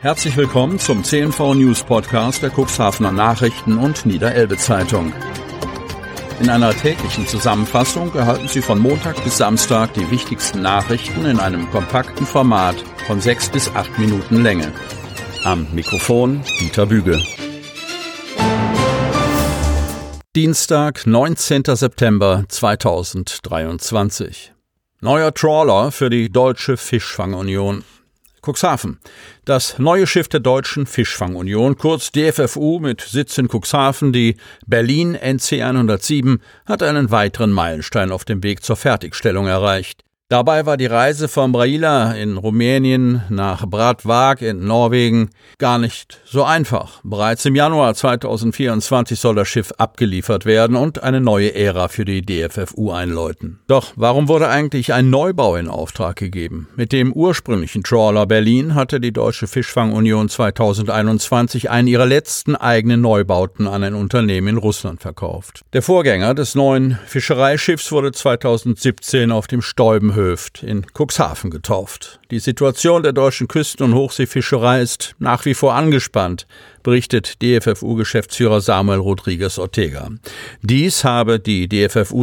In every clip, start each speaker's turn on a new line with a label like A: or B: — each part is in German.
A: Herzlich willkommen zum CNV News Podcast der Cuxhavener Nachrichten und Niederelbe Zeitung. In einer täglichen Zusammenfassung erhalten Sie von Montag bis Samstag die wichtigsten Nachrichten in einem kompakten Format von 6 bis 8 Minuten Länge. Am Mikrofon Dieter Büge. Dienstag, 19. September 2023. Neuer Trawler für die Deutsche Fischfangunion. Cuxhaven. Das neue Schiff der Deutschen Fischfangunion, kurz DFFU mit Sitz in Cuxhaven, die Berlin NC 107, hat einen weiteren Meilenstein auf dem Weg zur Fertigstellung erreicht. Dabei war die Reise von Brăila in Rumänien nach Bratvaag in Norwegen gar nicht so einfach. Bereits im Januar 2024 soll das Schiff abgeliefert werden und eine neue Ära für die DFFU einläuten. Doch warum wurde eigentlich ein Neubau in Auftrag gegeben? Mit dem ursprünglichen Trawler Berlin hatte die Deutsche Fischfangunion 2021 einen ihrer letzten eigenen Neubauten an ein Unternehmen in Russland verkauft. Der Vorgänger des neuen Fischereischiffs wurde 2017 auf dem Stäubenhöft in Cuxhaven getauft. Die Situation der deutschen Küsten- und Hochseefischerei ist nach wie vor angespannt, berichtet DFFU-Geschäftsführer Samuel Rodriguez Ortega. Dies habe die DFFU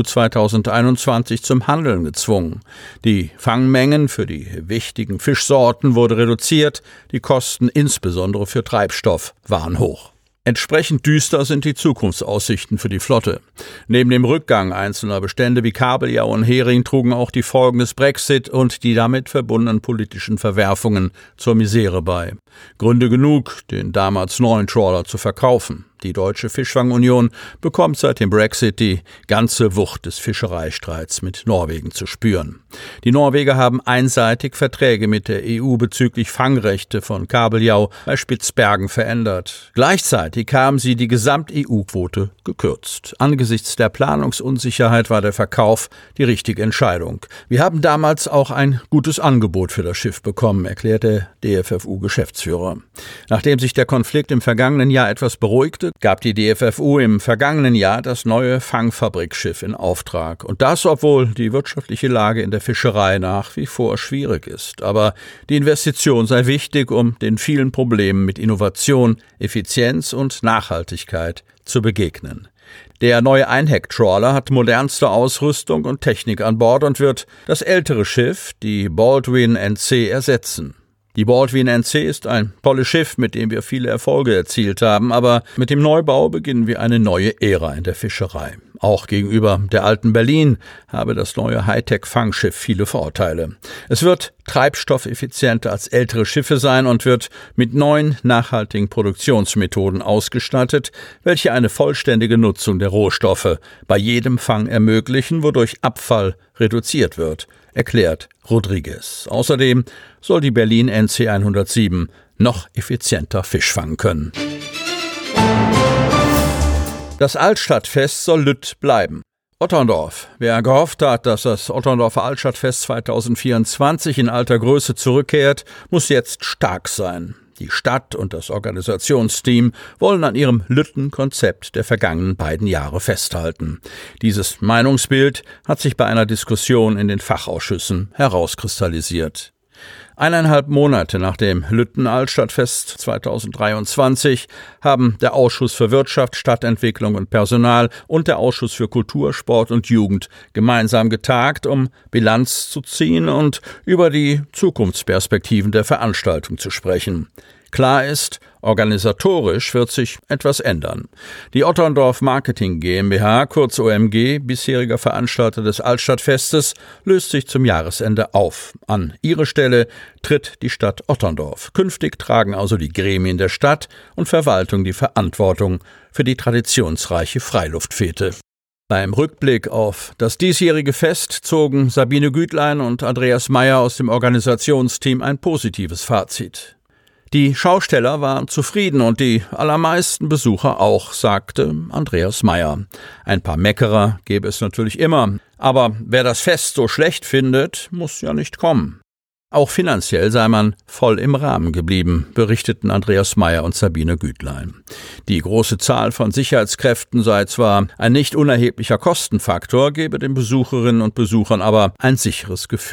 A: 2021 zum Handeln gezwungen. Die Fangmengen für die wichtigen Fischsorten wurde reduziert, die Kosten insbesondere für Treibstoff waren hoch. Entsprechend düster sind die Zukunftsaussichten für die Flotte. Neben dem Rückgang einzelner Bestände wie Kabeljau und Hering trugen auch die Folgen des Brexit und die damit verbundenen politischen Verwerfungen zur Misere bei. Gründe genug, den damals neuen Trawler zu verkaufen. Die Deutsche Fischfangunion bekommt seit dem Brexit die ganze Wucht des Fischereistreits mit Norwegen zu spüren. Die Norweger haben einseitig Verträge mit der EU bezüglich Fangrechte von Kabeljau bei Spitzbergen verändert. Gleichzeitig haben sie die Gesamt-EU-Quote gekürzt. Angesichts der Planungsunsicherheit war der Verkauf die richtige Entscheidung. Wir haben damals auch ein gutes Angebot für das Schiff bekommen, erklärt der DFFU-Geschäftsführer. Nachdem sich der Konflikt im vergangenen Jahr etwas beruhigte, gab die DFFU im vergangenen Jahr das neue Fangfabrikschiff in Auftrag. Und das, obwohl die wirtschaftliche Lage in der Fischerei nach wie vor schwierig ist. Aber die Investition sei wichtig, um den vielen Problemen mit Innovation, Effizienz und Nachhaltigkeit zu begegnen. Der neue Einheck-Trawler hat modernste Ausrüstung und Technik an Bord und wird das ältere Schiff, die Baldwin NC, ersetzen. Die Baldwin NC ist ein tolles Schiff, mit dem wir viele Erfolge erzielt haben, aber mit dem Neubau beginnen wir eine neue Ära in der Fischerei. Auch gegenüber der alten Berlin habe das neue Hightech-Fangschiff viele Vorteile. Es wird treibstoffeffizienter als ältere Schiffe sein und wird mit neuen, nachhaltigen Produktionsmethoden ausgestattet, welche eine vollständige Nutzung der Rohstoffe bei jedem Fang ermöglichen, wodurch Abfall reduziert wird, erklärt Rodriguez. Außerdem soll die Berlin NC 107 noch effizienter Fisch fangen können. Das Altstadtfest soll Lütt bleiben. Otterndorf. Wer gehofft hat, dass das Otterndorfer Altstadtfest 2024 in alter Größe zurückkehrt, muss jetzt stark sein. Die Stadt und das Organisationsteam wollen an ihrem Lütten-Konzept der vergangenen beiden Jahre festhalten. Dieses Meinungsbild hat sich bei einer Diskussion in den Fachausschüssen herauskristallisiert. 1,5 Monate nach dem Lütten-Altstadtfest 2023 haben der Ausschuss für Wirtschaft, Stadtentwicklung und Personal und der Ausschuss für Kultur, Sport und Jugend gemeinsam getagt, um Bilanz zu ziehen und über die Zukunftsperspektiven der Veranstaltung zu sprechen. Klar ist, organisatorisch wird sich etwas ändern. Die Otterndorf Marketing GmbH, kurz OMG, bisheriger Veranstalter des Altstadtfestes, löst sich zum Jahresende auf. An ihre Stelle tritt die Stadt Otterndorf. Künftig tragen also die Gremien der Stadt und Verwaltung die Verantwortung für die traditionsreiche Freiluftfete. Beim Rückblick auf das diesjährige Fest zogen Sabine Gütlein und Andreas Meyer aus dem Organisationsteam ein positives Fazit. Die Schausteller waren zufrieden und die allermeisten Besucher auch, sagte Andreas Meyer. Ein paar Meckerer gäbe es natürlich immer, aber wer das Fest so schlecht findet, muss ja nicht kommen. Auch finanziell sei man voll im Rahmen geblieben, berichteten Andreas Meyer und Sabine Gütlein. Die große Zahl von Sicherheitskräften sei zwar ein nicht unerheblicher Kostenfaktor, gebe den Besucherinnen und Besuchern aber ein sicheres Gefühl.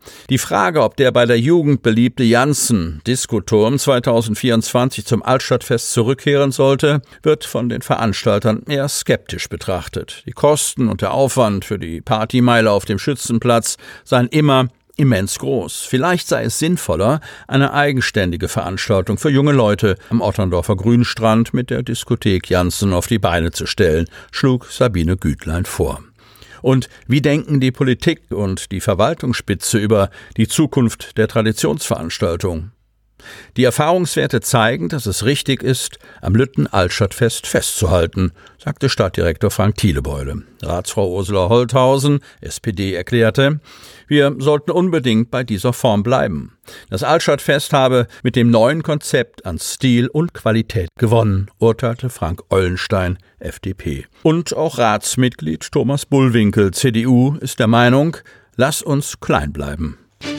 A: Die Frage, ob der bei der Jugend beliebte Janssen-Diskoturm 2024 zum Altstadtfest zurückkehren sollte, wird von den Veranstaltern eher skeptisch betrachtet. Die Kosten und der Aufwand für die Partymeile auf dem Schützenplatz seien immer immens groß. Vielleicht sei es sinnvoller, eine eigenständige Veranstaltung für junge Leute am Otterndorfer Grünstrand mit der Diskothek Janssen auf die Beine zu stellen, schlug Sabine Gütlein vor. Und wie denken die Politik und die Verwaltungsspitze über die Zukunft der Traditionsveranstaltung? Die Erfahrungswerte zeigen, dass es richtig ist, am Lütten-Altstadtfest festzuhalten, sagte Stadtdirektor Frank Thielebeule. Ratsfrau Ursula Holthausen, SPD, erklärte, wir sollten unbedingt bei dieser Form bleiben. Das Altstadtfest habe mit dem neuen Konzept an Stil und Qualität gewonnen, urteilte Frank Eulenstein, FDP. Und auch Ratsmitglied Thomas Bullwinkel, CDU, ist der Meinung, lass uns klein bleiben.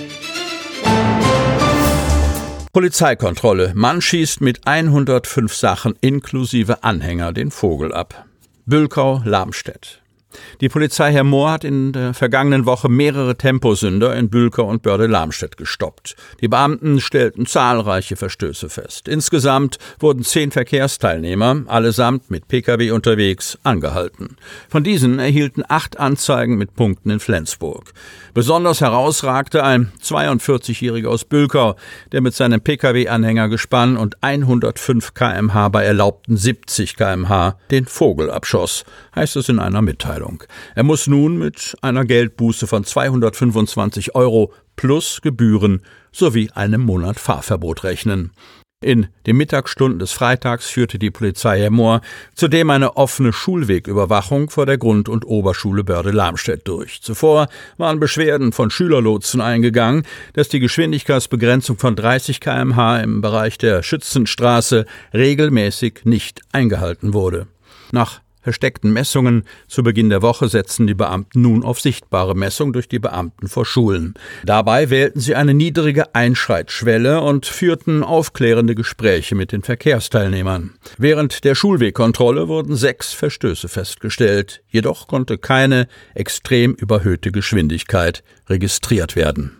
A: Polizeikontrolle. Mann schießt mit 105 Sachen inklusive Anhänger den Vogel ab. Bülkau-Lamstedt. Die Polizei Herr Mohr hat in der vergangenen Woche mehrere Temposünder in Bülkau und Börde-Lamstedt gestoppt. Die Beamten stellten zahlreiche Verstöße fest. Insgesamt wurden 10 Verkehrsteilnehmer, allesamt mit Pkw unterwegs, angehalten. Von diesen erhielten 8 Anzeigen mit Punkten in Flensburg. Besonders herausragte ein 42-Jähriger aus Bülkau, der mit seinem Pkw-Anhängergespann und 105 km/h bei erlaubten 70 km/h den Vogel abschoss, heißt es in einer Mitteilung. Er muss nun mit einer Geldbuße von 225 € plus Gebühren sowie einem Monat Fahrverbot rechnen. In den Mittagsstunden des Freitags führte die Polizei Herr Mohr zudem eine offene Schulwegüberwachung vor der Grund- und Oberschule Börde-Lamstedt durch. Zuvor waren Beschwerden von Schülerlotsen eingegangen, dass die Geschwindigkeitsbegrenzung von 30 km/h im Bereich der Schützenstraße regelmäßig nicht eingehalten wurde. Nach versteckten Messungen zu Beginn der Woche setzten die Beamten nun auf sichtbare Messung durch die Beamten vor Schulen. Dabei wählten sie eine niedrige Einschreitschwelle und führten aufklärende Gespräche mit den Verkehrsteilnehmern. Während der Schulwegkontrolle wurden 6 Verstöße festgestellt, jedoch konnte keine extrem überhöhte Geschwindigkeit registriert werden.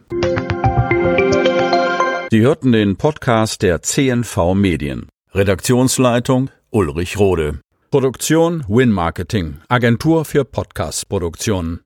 A: Sie hörten den Podcast der CNV Medien. Redaktionsleitung Ulrich Rode. Produktion Win Marketing, Agentur für Podcast-Produktionen.